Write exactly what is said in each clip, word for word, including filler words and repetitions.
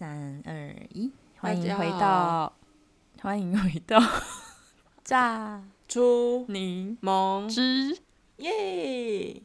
三二一，欢迎回到，欢迎回到炸出柠檬汁， 耶！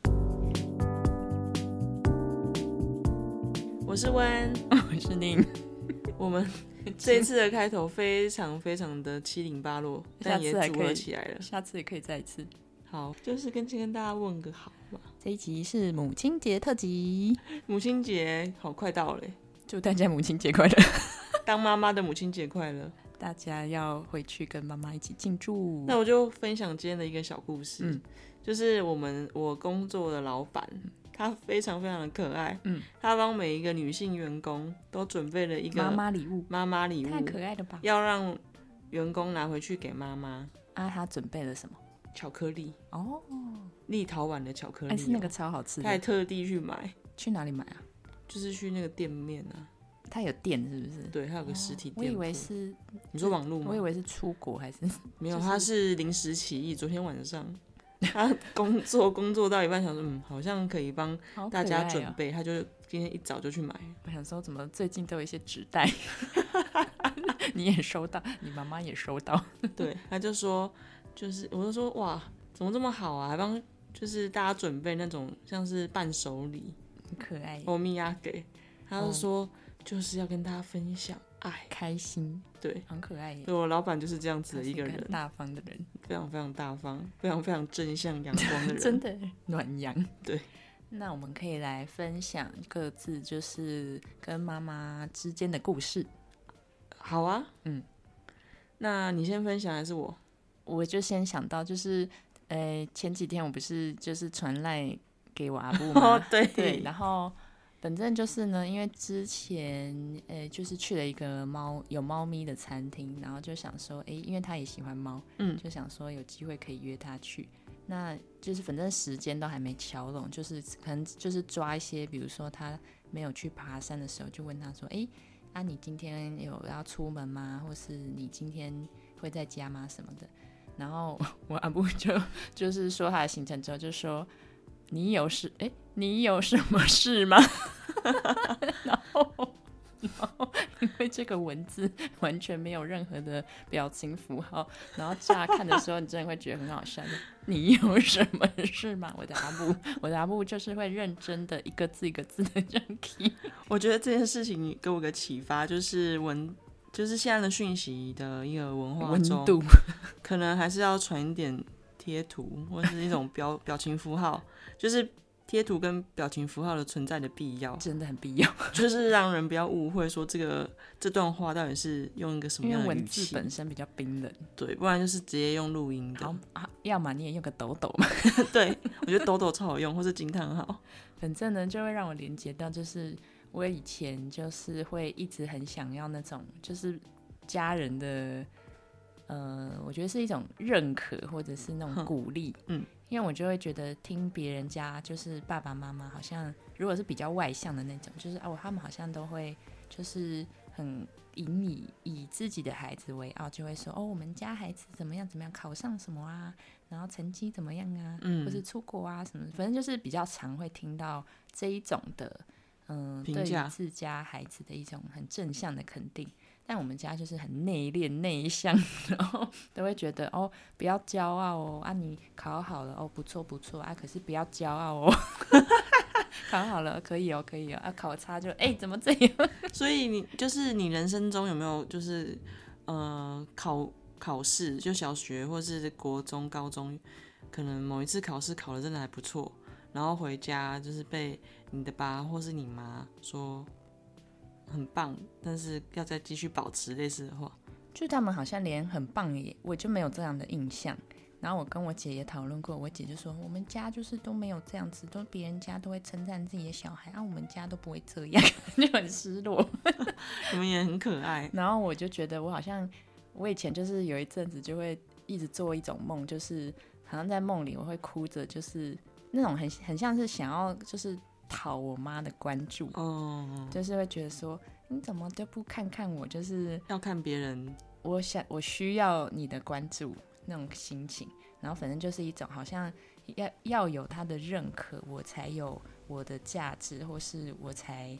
我是温， 我是宁。 我们这一次的开头非常非常的七零八落，但也组合起来了。 下次也可以再一次。 好，就是跟先跟大家问个好嘛。 这一集是母亲节特辑， 母亲节好快到了， 祝大家母亲节快乐！ 当妈妈的母亲节快乐！ 大家要回去跟妈妈一起庆祝。 那我就分享今天的一个小故事， 嗯、 就是我们我工作的老板，他非常非常的可爱， 嗯， 他帮每一个女性员工都准备了一个妈妈礼物， 妈妈礼物， 太可爱了吧！ 要让员工拿回去给妈妈。 啊，他准备了什么？ 巧克力哦， 立陶宛的巧克力、哦， 还是那个超好吃的。 他还特地去买， 去哪里买啊？ 就是去那个店面啊。 他有店是不是？ 对，他有个实体店、 哦。我以为是， 你说网路吗？ 我以为是出国还是没有，他是临时起意。昨天晚上他工作工作到一半，想说嗯，好像可以帮大家准备，哦、他就今天一早就去买。 我想说，怎么最近都有一些纸袋，你也收到，你妈妈也收到。 对，他就说，就是我就说哇，怎么这么好啊？还帮就是大家准备那种像是伴手礼， 很可爱。 欧米亚给，他就说。哦，就是要跟大家分享爱， 开心， 对， 很可爱耶。 对，我老板就是这样子的一个人， 他是一个很大方的人， 非常非常大方，非常非常正向阳光的人， 真的暖阳。 对， 那我们可以来分享各自就是跟妈妈之间的故事。 好啊，嗯，那你先分享还是我？ 我就先想到就是，呃，前几天我不是就是传赖给我阿布吗？ 哦，对对，然后。反正就是呢，因为之前呃，就是去了一个猫有猫咪的餐厅，然后就想说，哎，因为他也喜欢猫，嗯，就想说有机会可以约他去。那就是反正时间都还没敲拢，就是可能就是抓一些，比如说他没有去爬山的时候，就问他说，哎，啊你今天有要出门吗？或是你今天会在家吗？什么的。然后我阿布就就是说他的行程之后就说。你有事？哎，你有什么事吗？然后，然后因为这个文字完全没有任何的表情符号，然后乍看的时候，你真的会觉得很好笑。你有什么事吗？我的阿布，我的阿布就是会认真的一个字一个字的这样 key。 我觉得这件事情给我个启发，就是文，就是现在的讯息的一个文化中， 温度可能还是要传一点贴图或是一种表表情符号。就是贴图跟表情符号的存在的必要， 真的很必要， 就是让人不要误会说这个这段话到底是用一个什么样的语气。 因为文字本身比较冰冷， 对，不然就是直接用录音的。 好啊，要么你也用个抖抖嘛。 对，我觉得抖抖超好用，或是惊叹号。 反正呢，就会让我连接到，就是我以前就是会一直很想要那种，就是家人的，呃，我觉得是一种认可或者是那种鼓励，嗯。因为我就会觉得听别人家就是爸爸妈妈好像如果是比较外向的那种，就是哦他们好像都会就是很引以以自己的孩子为傲，就会说哦我们家孩子怎么样怎么样考上什么啊，然后成绩怎么样啊，嗯、或是出国啊什么，反正就是比较常会听到这一种的嗯、呃、对于自家孩子的一种很正向的肯定。但我们家就是很内敛内向，然后都会觉得哦，不要骄傲哦，啊你考好了哦，不错不错啊，可是不要骄傲哦，考好了可以哦可以哦，啊考差就哎怎么这样？ 所以你就是你人生中有没有就是呃考考试，就小学或是国中、高中，可能某一次考试考得真的还不错，然后回家就是被你的爸或是你妈说。很棒，但是要再继续保持类似的话， 就他们好像连很棒也，我就没有这样的印象。然后我跟我姐也讨论过，我姐就说我们家就是都没有这样子，都别人家都会称赞自己的小孩，啊我们家都不会这样，就很失落。 你们也很可爱。 然后我就觉得我好像，我以前就是有一阵子就会一直做一种梦，就是好像在梦里我会哭着，就是那种很很像是想要就是。讨我妈的关注，哦，就是会觉得说你怎么都不看看我，就是要看别人， 我想我需要你的关注那种心情，然后反正就是一种好像要要有他的认可，我才有我的价值，或是我才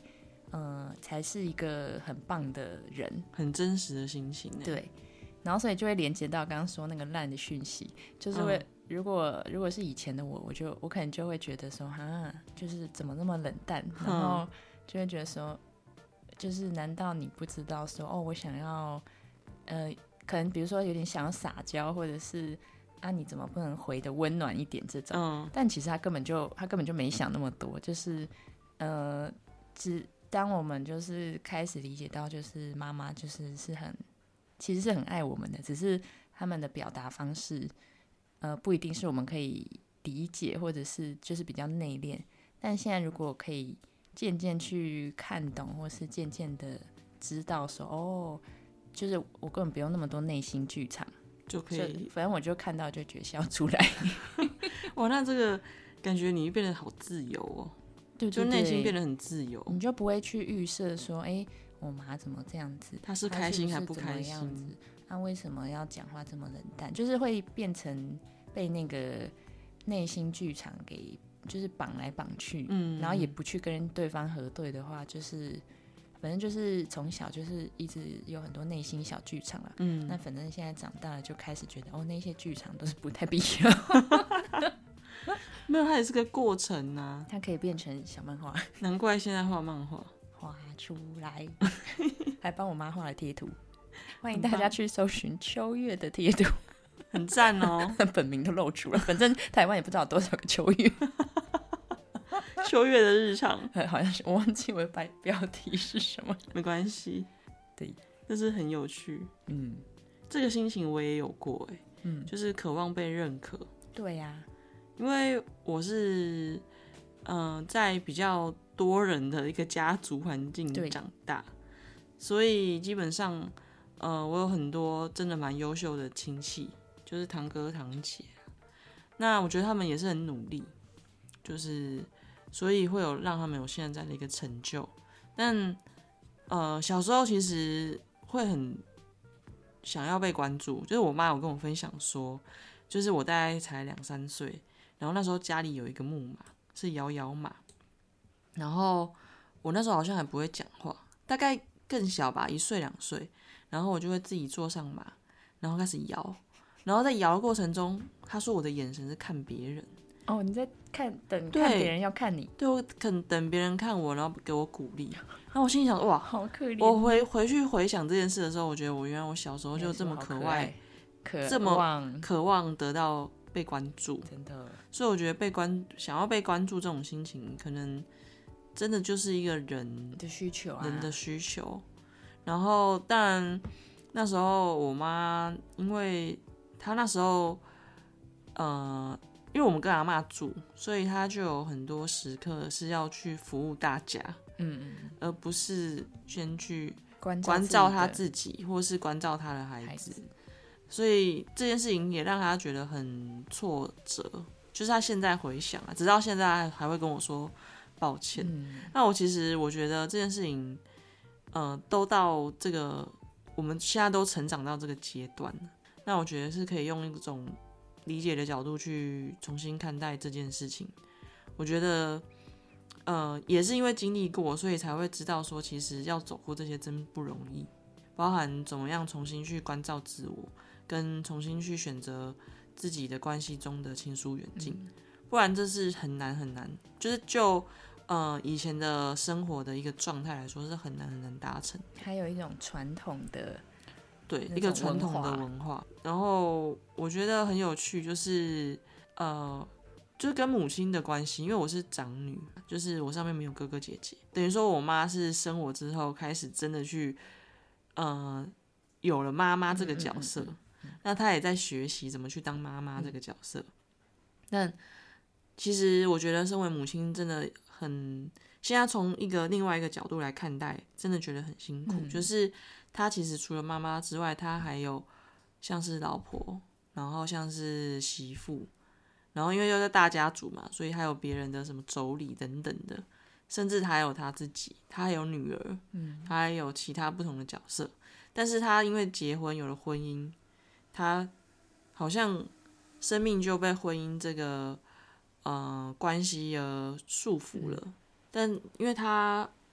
呃，才是一个很棒的人， 很真实的心情。 对，然后所以就会连接到刚刚说那个烂的讯息，就是会、嗯、如果如果是以前的我，我就我可能就会觉得说，哈，就是怎么那么冷淡，然后就会觉得说，就是难道你不知道说，哦，我想要，呃，可能比如说有点想要撒娇，或者是啊，你怎么不能回的温暖一点这种、嗯，但其实他根本就他根本就没想那么多，就是呃，只当我们就是开始理解到，就是妈妈就是是很其实是很爱我们的，只是他们的表达方式，呃，不一定是我们可以理解，或者是就是比较内敛。但现在如果可以渐渐去看懂，或是渐渐的知道说，哦，就是我根本不用那么多内心剧场， 就可以， 反正我就看到就觉得笑出来。 哇，那这个感觉你变得好自由哦。 对对对， 就内心变得很自由， 你就不会去预设说，哎、欸，我妈怎么这样子？ 她是开心还不开心？ 她、啊、为什么要讲话这么冷淡？就是会变成被那个内心剧场给就是绑来绑去，嗯，然后也不去跟对方核对的话，就是反正就是从小就是一直有很多内心小剧场啦，嗯，那反正现在长大了就开始觉得，哦，那些剧场都是不太必要。 没有，它也是个过程啊， 它可以变成小漫画。 难怪现在画漫画画出来，还帮我妈画了贴图，欢迎大家去搜寻秋月的贴图， 很赞哦。 本名都露出了，反正台湾也不知道有多少个秋月。 秋月的日常， 好像是我忘记我的标题是什么， 没关系， 对， 但是很有趣。嗯，这个心情我也有过，哎，嗯，就是渴望被认可。 对呀、啊。 因为我是，嗯、呃，在比较多人的一个家族环境长大，所以基本上，呃，我有很多真的蛮优秀的亲戚，就是堂哥堂姐。那我觉得他们也是很努力，就是所以会有让他们有现在的一个成就。但呃，小时候其实会很想要被关注，就是我妈有跟我分享说，就是我大概才两三岁。然后那时候家里有一个木马，是摇摇马，然后我那时候好像还不会讲话，大概更小吧，一岁两岁，然后我就会自己坐上马，然后开始摇，然后在摇的过程中，他说我的眼神是看别人。 哦，你在看等看别人要看你， 对，我肯等别人看我，然后给我鼓励。然后我心里想，哇， 好可怜。 我回回去回想这件事的时候，我觉得我原来我小时候就这么可爱， 可这么渴望得到被关注， 真的。所以我觉得被关想要被关注这种心情，可能真的就是一个人的需求啊， 人的需求。然后当然那时候我妈，因为她那时候，呃，因为我们跟阿嬷住，所以她就有很多时刻是要去服务大家，嗯嗯，而不是先去关照她自己，或是关照她的孩子。孩子所以这件事情也让她觉得很挫折。就是他现在回想啊，直到现在还会跟我说抱歉。嗯、那我其实我觉得这件事情，呃，都到这个我们现在都成长到这个阶段了，那我觉得是可以用一种理解的角度去重新看待这件事情。我觉得，呃，也是因为经历过，所以才会知道说，其实要走过这些真不容易，包含怎么样重新去关照自我，跟重新去选择自己的关系中的亲疏远近，嗯、不然这是很难很难，就是就呃以前的生活的一个状态来说是很难很难达成。 还有一种传统的， 对，一个传统的文化。然后我觉得很有趣，就是呃，就是跟母亲的关系，因为我是长女，就是我上面没有哥哥姐姐，等于说我妈是生我之后开始真的去呃有了妈妈这个角色。嗯嗯嗯嗯那他也在学习怎么去当妈妈这个角色，但其实我觉得身为母亲真的很，现在从一个另外一个角度来看待，真的觉得很辛苦。嗯、就是他其实除了妈妈之外，他还有像是老婆，然后像是媳妇，然后因为又在大家族嘛，所以还有别人的什么妯娌等等的，甚至还有他自己，他还有女儿，嗯，他还有其他不同的角色。但是他因为结婚有了婚姻。他好像生命就被婚姻这个呃关系而束缚了，嗯、但因为他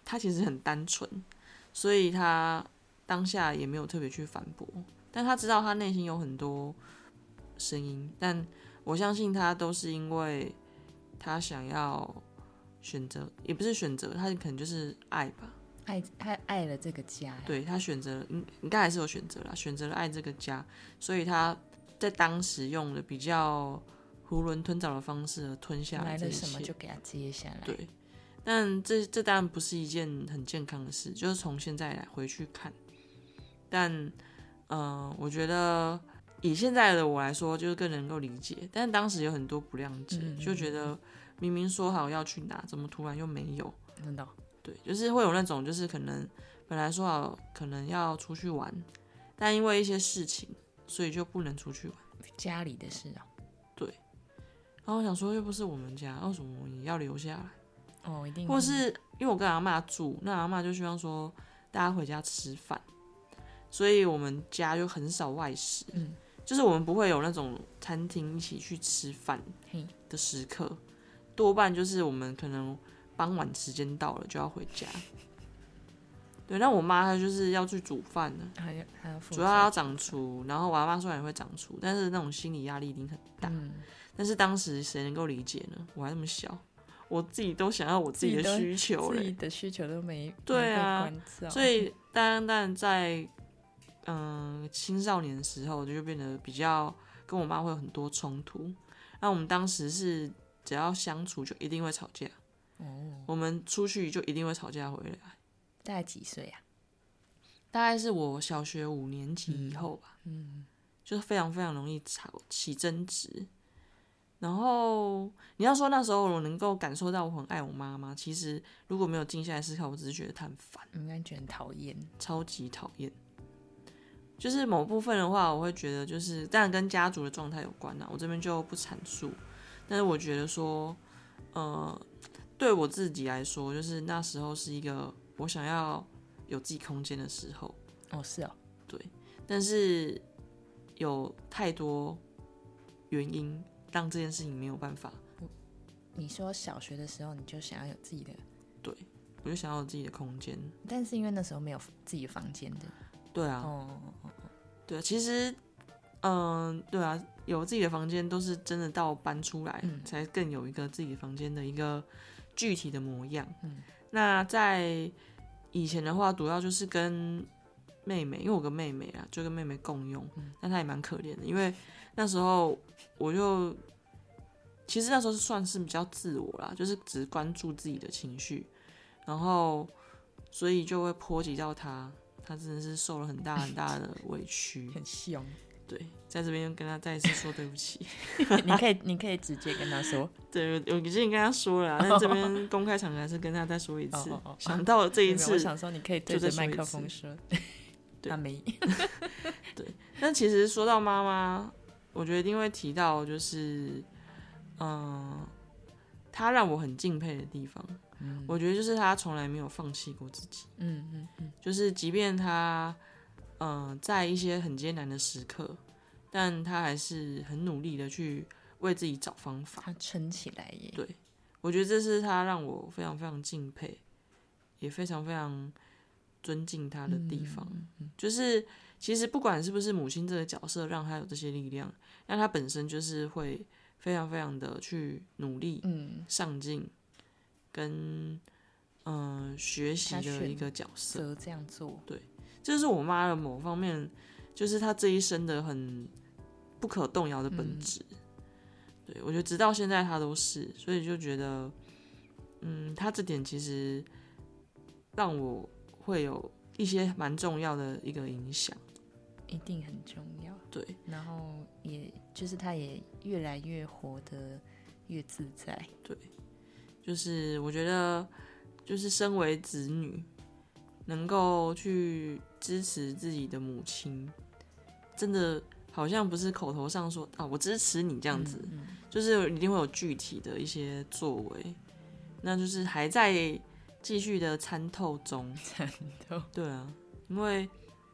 他其实很单纯，所以他当下也没有特别去反驳，但他知道他内心有很多声音，但我相信他都是因为他想要选择，也不是选择，他可能就是爱吧， 爱他爱了这个家， 对，他选择了，应该还是有选择啦，选择了爱这个家，所以他在当时用了比较囫囵吞枣的方式而吞下来了这一切， 什么就给他接下来。 对，但这这当然不是一件很健康的事，就是从现在来回去看，但嗯、呃，我觉得以现在的我来说，就是更能够理解，但当时有很多不谅解， 嗯嗯嗯就觉得明明说好要去哪，怎么突然又没有？ 真的哦。 对，就是会有那种，就是可能本来说好可能要出去玩，但因为一些事情，所以就不能出去玩。 家里的事哦。 对，然后我想说，又不是我们家，为什么你要留下来？ 哦，一定。 或是因为我跟阿嬷住，那阿嬷就希望说大家回家吃饭，所以我们家就很少外食， 嗯， 就是我们不会有那种餐厅一起去吃饭的时刻，多半就是我们可能傍晚时间到了就要回家。对，那我妈她就是要去煮饭的， 还要还要主要要掌厨，然后我阿妈虽然也会掌厨，但是那种心理压力一定很大。 嗯， 但是当时谁能够理解呢？我还那么小，我自己都想要我自己的需求了， 自己的需求都没对啊， 没被关照， 所以当然当然在嗯、呃、青少年的时候就变得比较跟我妈会有很多冲突。那我们当时是只要相处就一定会吵架， 哦， 我们出去就一定会吵架回来。 大概几岁啊？ 大概是我小学五年级以后吧， 嗯， 就是非常非常容易吵起争执。然后你要说那时候我能够感受到我很爱我妈妈，其实如果没有静下来思考，我只是觉得她很烦， 应该觉得很讨厌， 超级讨厌。就是某部分的话，我会觉得就是当然跟家族的状态有关啦，我这边就不阐述。但是我觉得说，呃，对我自己来说，就是那时候是一个我想要有自己空间的时候。 哦，是哦， 对，但是有太多原因让这件事情没有办法。 你说小学的时候你就想要有自己的， 对，我就想要有自己的空间。 但是因为那时候没有自己的房间的。 对啊， 哦， 对啊，其实，嗯、对啊，有自己的房间都是真的到搬出来、 嗯、 才更有一个自己的房间的一个具体的模样。 嗯， 那在以前的话，主要就是跟妹妹，因为我跟妹妹啊，就跟妹妹共用， 嗯、 但她也蛮可怜的，因为那时候我就，其实那时候是算是比较自我啦，就是只关注自己的情绪，然后所以就会波及到她。他真的是受了很大很大的委屈， 很凶。 对，在这边跟他再一次说对不起。 你可以，你可以直接跟他说。 对，我已经跟他说了，但这边公开场合还是跟他再说一次。 哦哦哦想到了这一次， 我想说你可以对着麦克风说。 对， 他没。 对，但其实说到妈妈，我觉得一定会提到，就是嗯、呃，他让我很敬佩的地方。嗯、我觉得就是他从来没有放弃过自己， 嗯嗯嗯， 就是即便他，嗯、呃，在一些很艰难的时刻，但他还是很努力的去为自己找方法， 他撑起来耶。 对，我觉得这是他让我非常非常敬佩，也非常非常尊敬他的地方。嗯嗯、就是其实不管是不是母亲这个角色让他有这些力量，但他本身就是会非常非常的去努力、 嗯、 上进。跟嗯、呃、学习的一个角色， 这样做， 对，这是我妈的某方面，就是她这一生的很不可动摇的本质。嗯、对，我觉得直到现在她都是，所以就觉得，嗯，她这点其实让我会有一些蛮重要的一个影响， 一定很重要。 对， 然后也就是她也越来越活得越自在， 对。就是我觉得，就是身为子女，能够去支持自己的母亲，真的好像不是口头上说啊我支持你这样子，嗯嗯、就是一定会有具体的一些作为，那就是还在继续的参透中。 参透， 对啊，因为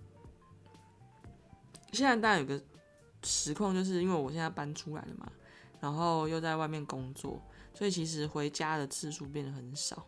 现在当然有个实况，就是因为我现在搬出来了嘛，然后又在外面工作。所以其实回家的次数变得很少，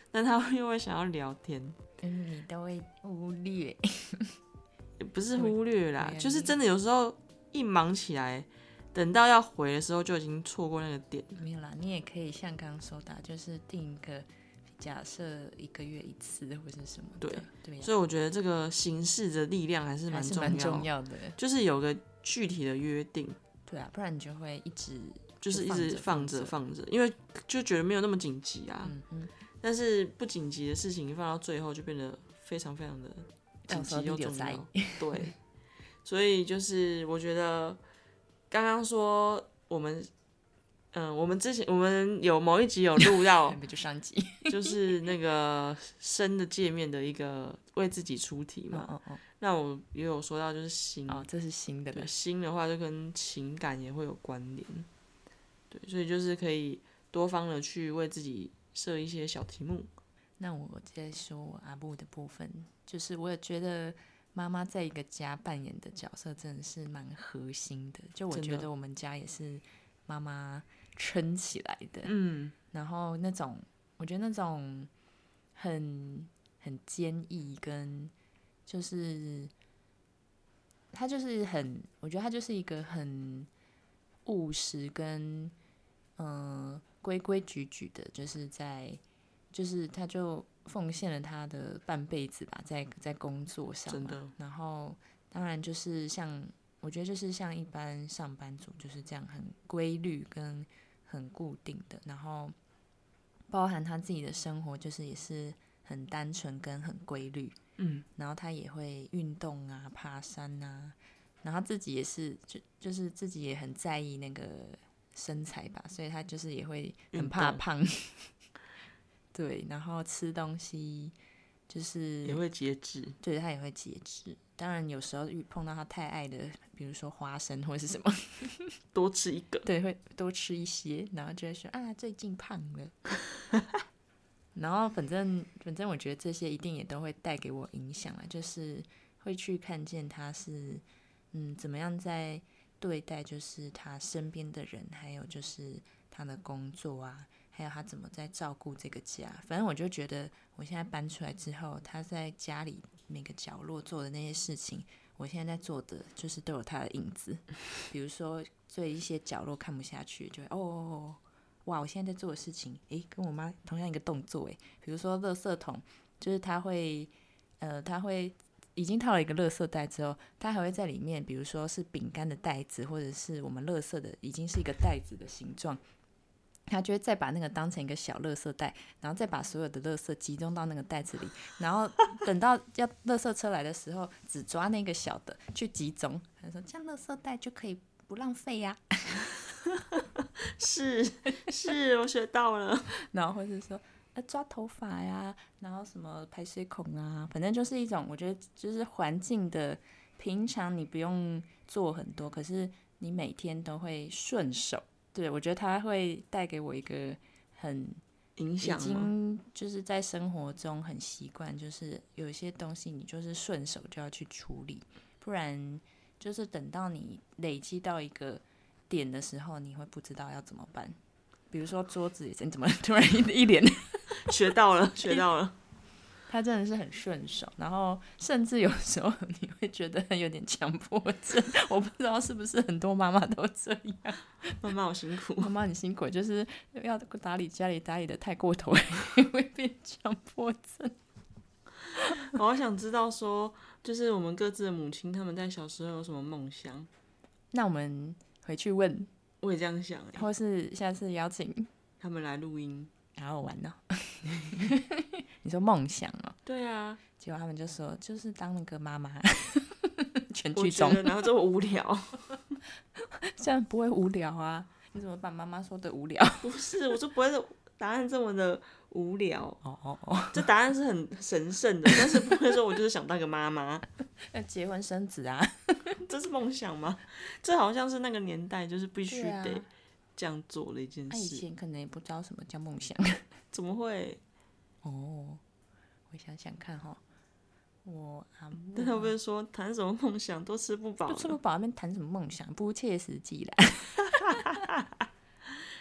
但他又会想要聊天， 嗯，你都会忽略， 也不是忽略啦，就是真的有时候一忙起来，等到要回的时候就已经错过那个点。 没有啦，你也可以像刚刚说的，就是定一个假设一个月一次或者什么的。 对对、啊， 所以我觉得这个形式的力量还是蛮重要， 蛮重要的， 就是有个具体的约定。 对啊，不然你就会一直就是一直放着放着，因为就觉得没有那么紧急啊。嗯嗯。但是不紧急的事情放到最后就变得非常非常的紧急又重要。对，所以就是我觉得刚刚说我们，嗯，我们之前我们有某一集有录到， 就上集， 就是那个生的界面的一个为自己出题嘛。哦哦。那我也有说到就是心， 哦，这是新的。 对，心的话就跟情感也会有关联。对，所以就是可以多方的去为自己设一些小题目。 那我再说我阿布的部分，就是我也觉得妈妈在一个家扮演的角色真的是蛮核心的，就我觉得我们家也是妈妈撑起来的。嗯，然后那种我觉得那种很很坚毅，跟就是他就是很，我觉得他就是一个很务实跟嗯规规矩矩的，就是在就是他就奉献了他的半辈子吧，在在工作上嘛。真的。然后当然就是像我觉得就是像一般上班族就是这样很规律跟很固定的，然后包含他自己的生活就是也是很单纯跟很规律。嗯。然后他也会运动啊，爬山啊，然后他自己也是就就是自己也很在意那个身材吧，所以他就是也会很怕胖。对，然后吃东西就是也会节制， 对，他也会节制。当然有时候碰到他太爱的，比如说花生或者是什么， 多吃一个， 对，会多吃一些，然后就会说啊，最近胖了。然后反正反正我觉得这些一定也都会带给我影响啊，就是会去看见他是嗯怎么样在对待就是他身边的人，还有就是他的工作啊，还有他怎么在照顾这个家。反正我就觉得我现在搬出来之后，他在家里每个角落做的那些事情，我现在在做的就是都有他的影子。比如说对一些角落看不下去，就会哦哦哦哇，我现在在做的事情，诶，跟我妈同样一个动作，诶，比如说垃圾桶，就是他会，呃，他会已经套了一个垃圾袋之后，他还会在里面，比如说是饼干的袋子，或者是我们垃圾的已经是一个袋子的形状，他就会再把那个当成一个小垃圾袋，然后再把所有的垃圾集中到那个袋子里，然后等到要垃圾车来的时候，只抓那个小的去集中。他说这样垃圾袋就可以不浪费呀、啊。 是是，我学到了。 然后或是说、呃、抓头发呀，然后什么排水孔啊，反正就是一种我觉得就是环境的，平常你不用做很多，可是你每天都会顺手。对，我觉得它会带给我一个很影响，已经就是在生活中很习惯，就是有一些东西你就是顺手就要去处理，不然就是等到你累积到一个点的时候，你会不知道要怎么办。比如说桌子也是，你怎么突然一脸学到了，学到了。 他真的是很顺手，然后甚至有时候你会觉得有点强迫症，我不知道是不是很多妈妈都这样。 妈妈好辛苦， 妈妈很辛苦，就是要打理家里打理的太过头，也会变强迫症。 我好想知道说，就是我们各自的母亲，他们在小时候有什么梦想？ 那我们回去问， 我也这样想、欸， 或是下次邀请他们来录音， 好好玩哦。你说梦想哦？ 对啊， 结果他们就说就是当那个妈妈，全剧终， 然后这么无聊， 这样不会无聊啊？你怎么把妈妈说的无聊？ 不是，我说不会是答案这么的无聊。 哦哦哦， 这答案是很神圣的，但是不会说我就是想当个妈妈， 要结婚生子啊， 这是梦想吗？这好像是那个年代就是必须得这样做的一件事。 啊、以前可能也不知道什么叫梦想， 怎么会？ 哦，我想想看哈，我阿嬷， 但他会不会说谈什么梦想都吃不饱， 都吃不饱，那边谈什么梦想，不切实际啦。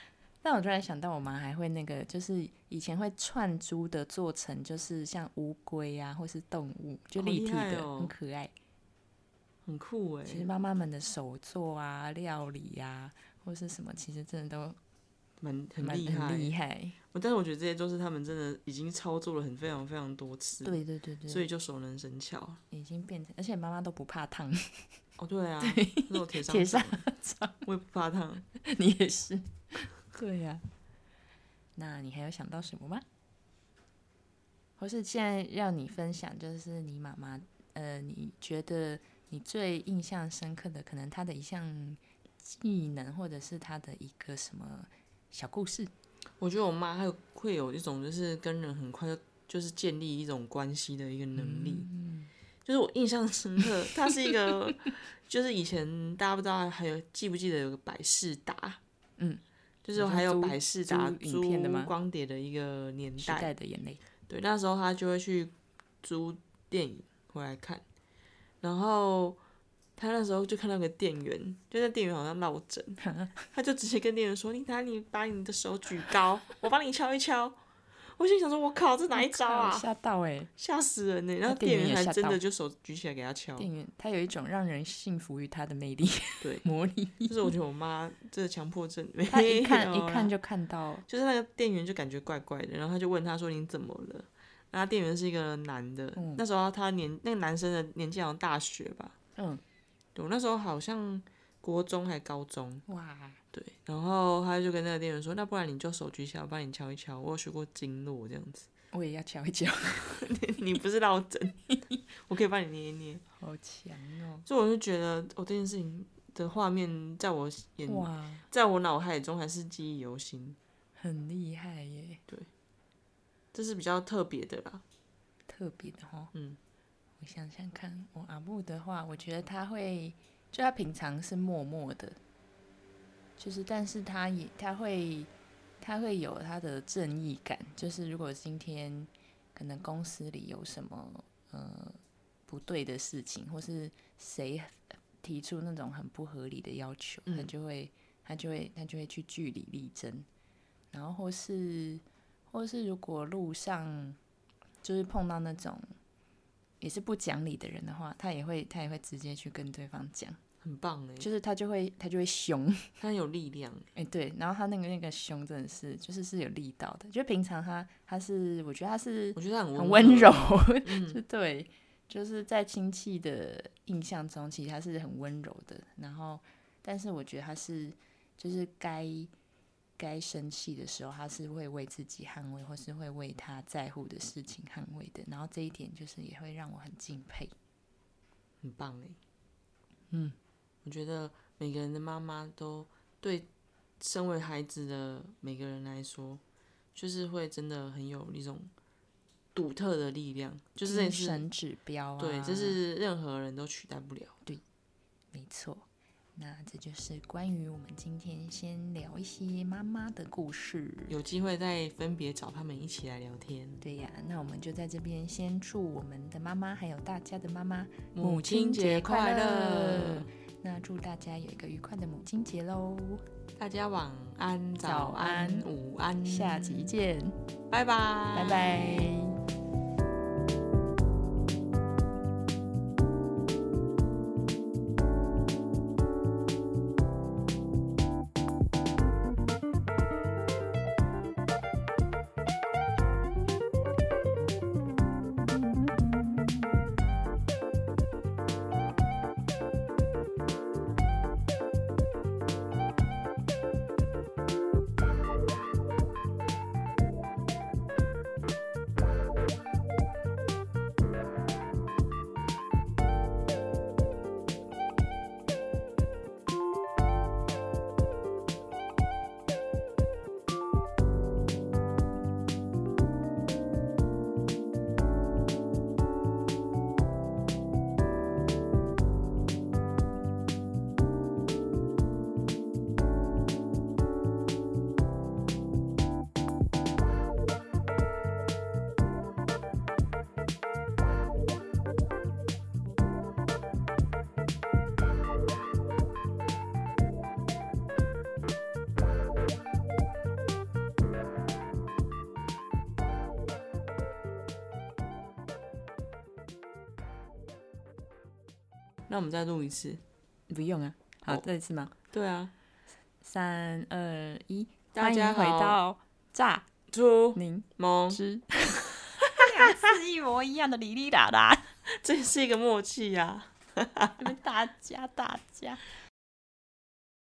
但我突然想到，我妈还会那个，就是以前会串珠的做成，就是像乌龟啊，或是动物，就立体的， 哦、 很可爱， 很酷哎。 其实妈妈们的手作啊、料理啊，或是什么，其实真的都蛮很厉害， 很厉害。 但是我觉得这些都是他们真的已经操作了很非常非常多次， 对对对对， 所以就熟能生巧， 已经变成，而且妈妈都不怕烫。 哦，对啊，那种铁砂铁砂掌， 我也不怕烫。 你也是，对呀、啊。那你还有想到什么吗？或是现在让你分享，就是你妈妈，呃，你觉得你最印象深刻的，可能她的一项技能，或者是她的一个什么小故事？ 我觉得我妈还会有一种就是跟人很快就就是建立一种关系的一个能力。嗯，就是我印象深刻，她是一个，就是以前大家不知道还有记不记得有个百视达，嗯，就是还有百视达租光碟的一个年代， 时代的眼泪。 对，那时候她就会去租电影回来看，然后她那时候就看到个店员，就那店员好像落枕，他就直接跟店员说：“你拿你把你的手举高，我帮你敲一敲。”我心想说：“我靠，这哪一招啊？” 吓到哎、欸， 吓死人呢、欸！然后店员还真的就手举起来给他敲。 店员他有一种让人信服于他的魅力， 对， 魔力。 就是我觉得我妈这个强迫症， 他一看一看就看到， 就是那个店员就感觉怪怪的，然后他就问他说：“你怎么了？”然后店员是一个男的，嗯、那时候他年那个男生的年纪好像大学吧，嗯，对，我那时候好像国中还高中，哇，对，然后他就跟那个店员说：“那不然你就手举起来，我帮你敲一敲，我有学过经络这样子。” 我也要敲一敲， 你不是落枕，我可以帮你捏一捏， 好强哦！ 所以我就觉得，哦，这件事情的画面在我眼，在我脑海中还是记忆犹新， 很厉害耶。 对，这是比较特别的啦， 特别的齁。嗯，我想想看，我阿母的话，我觉得他会，就他平常是默默的，就是但是他也他会。他会有他的正义感，就是如果今天可能公司里有什么呃不对的事情，或是谁提出那种很不合理的要求，嗯、他就会他就会他就会去据理力争，然后或是或是如果路上就是碰到那种也是不讲理的人的话，他也会他也会直接去跟对方讲。 很棒哎， 就是他就会他就会凶， 他很有力量哎、欸，对，然后他那个那个凶真的是就是是有力道的，就平常他他是我觉得他是我觉得他很温柔， 嗯、 就对，就是在亲戚的印象中，其实他是很温柔的，然后但是我觉得他是就是该该生气的时候，他是会为自己捍卫，或是会为他在乎的事情捍卫的，然后这一点就是也会让我很敬佩， 很棒哎，嗯。我觉得每个人的妈妈都对身为孩子的每个人来说，就是会真的很有一种独特的力量，就是这是精神指标啊， 对，这是任何人都取代不了。 对，没错。那这就是关于我们今天先聊一些妈妈的故事， 有机会再分别找他们一起来聊天。 对呀，那我们就在这边先祝我们的妈妈还有大家的妈妈母亲节快乐。 那祝大家有一个愉快的母亲节喽！ 大家晚安、早安、午安， 下集见， 拜拜， 拜拜。 那我们再录一次。 不用啊，好， 哦这一次吗？ 对啊， 三二一， 大家好欢迎回到炸出柠萌， 汁，两次一模一样的哩哩啦啦， 这是一个默契呀、 你们大家大家，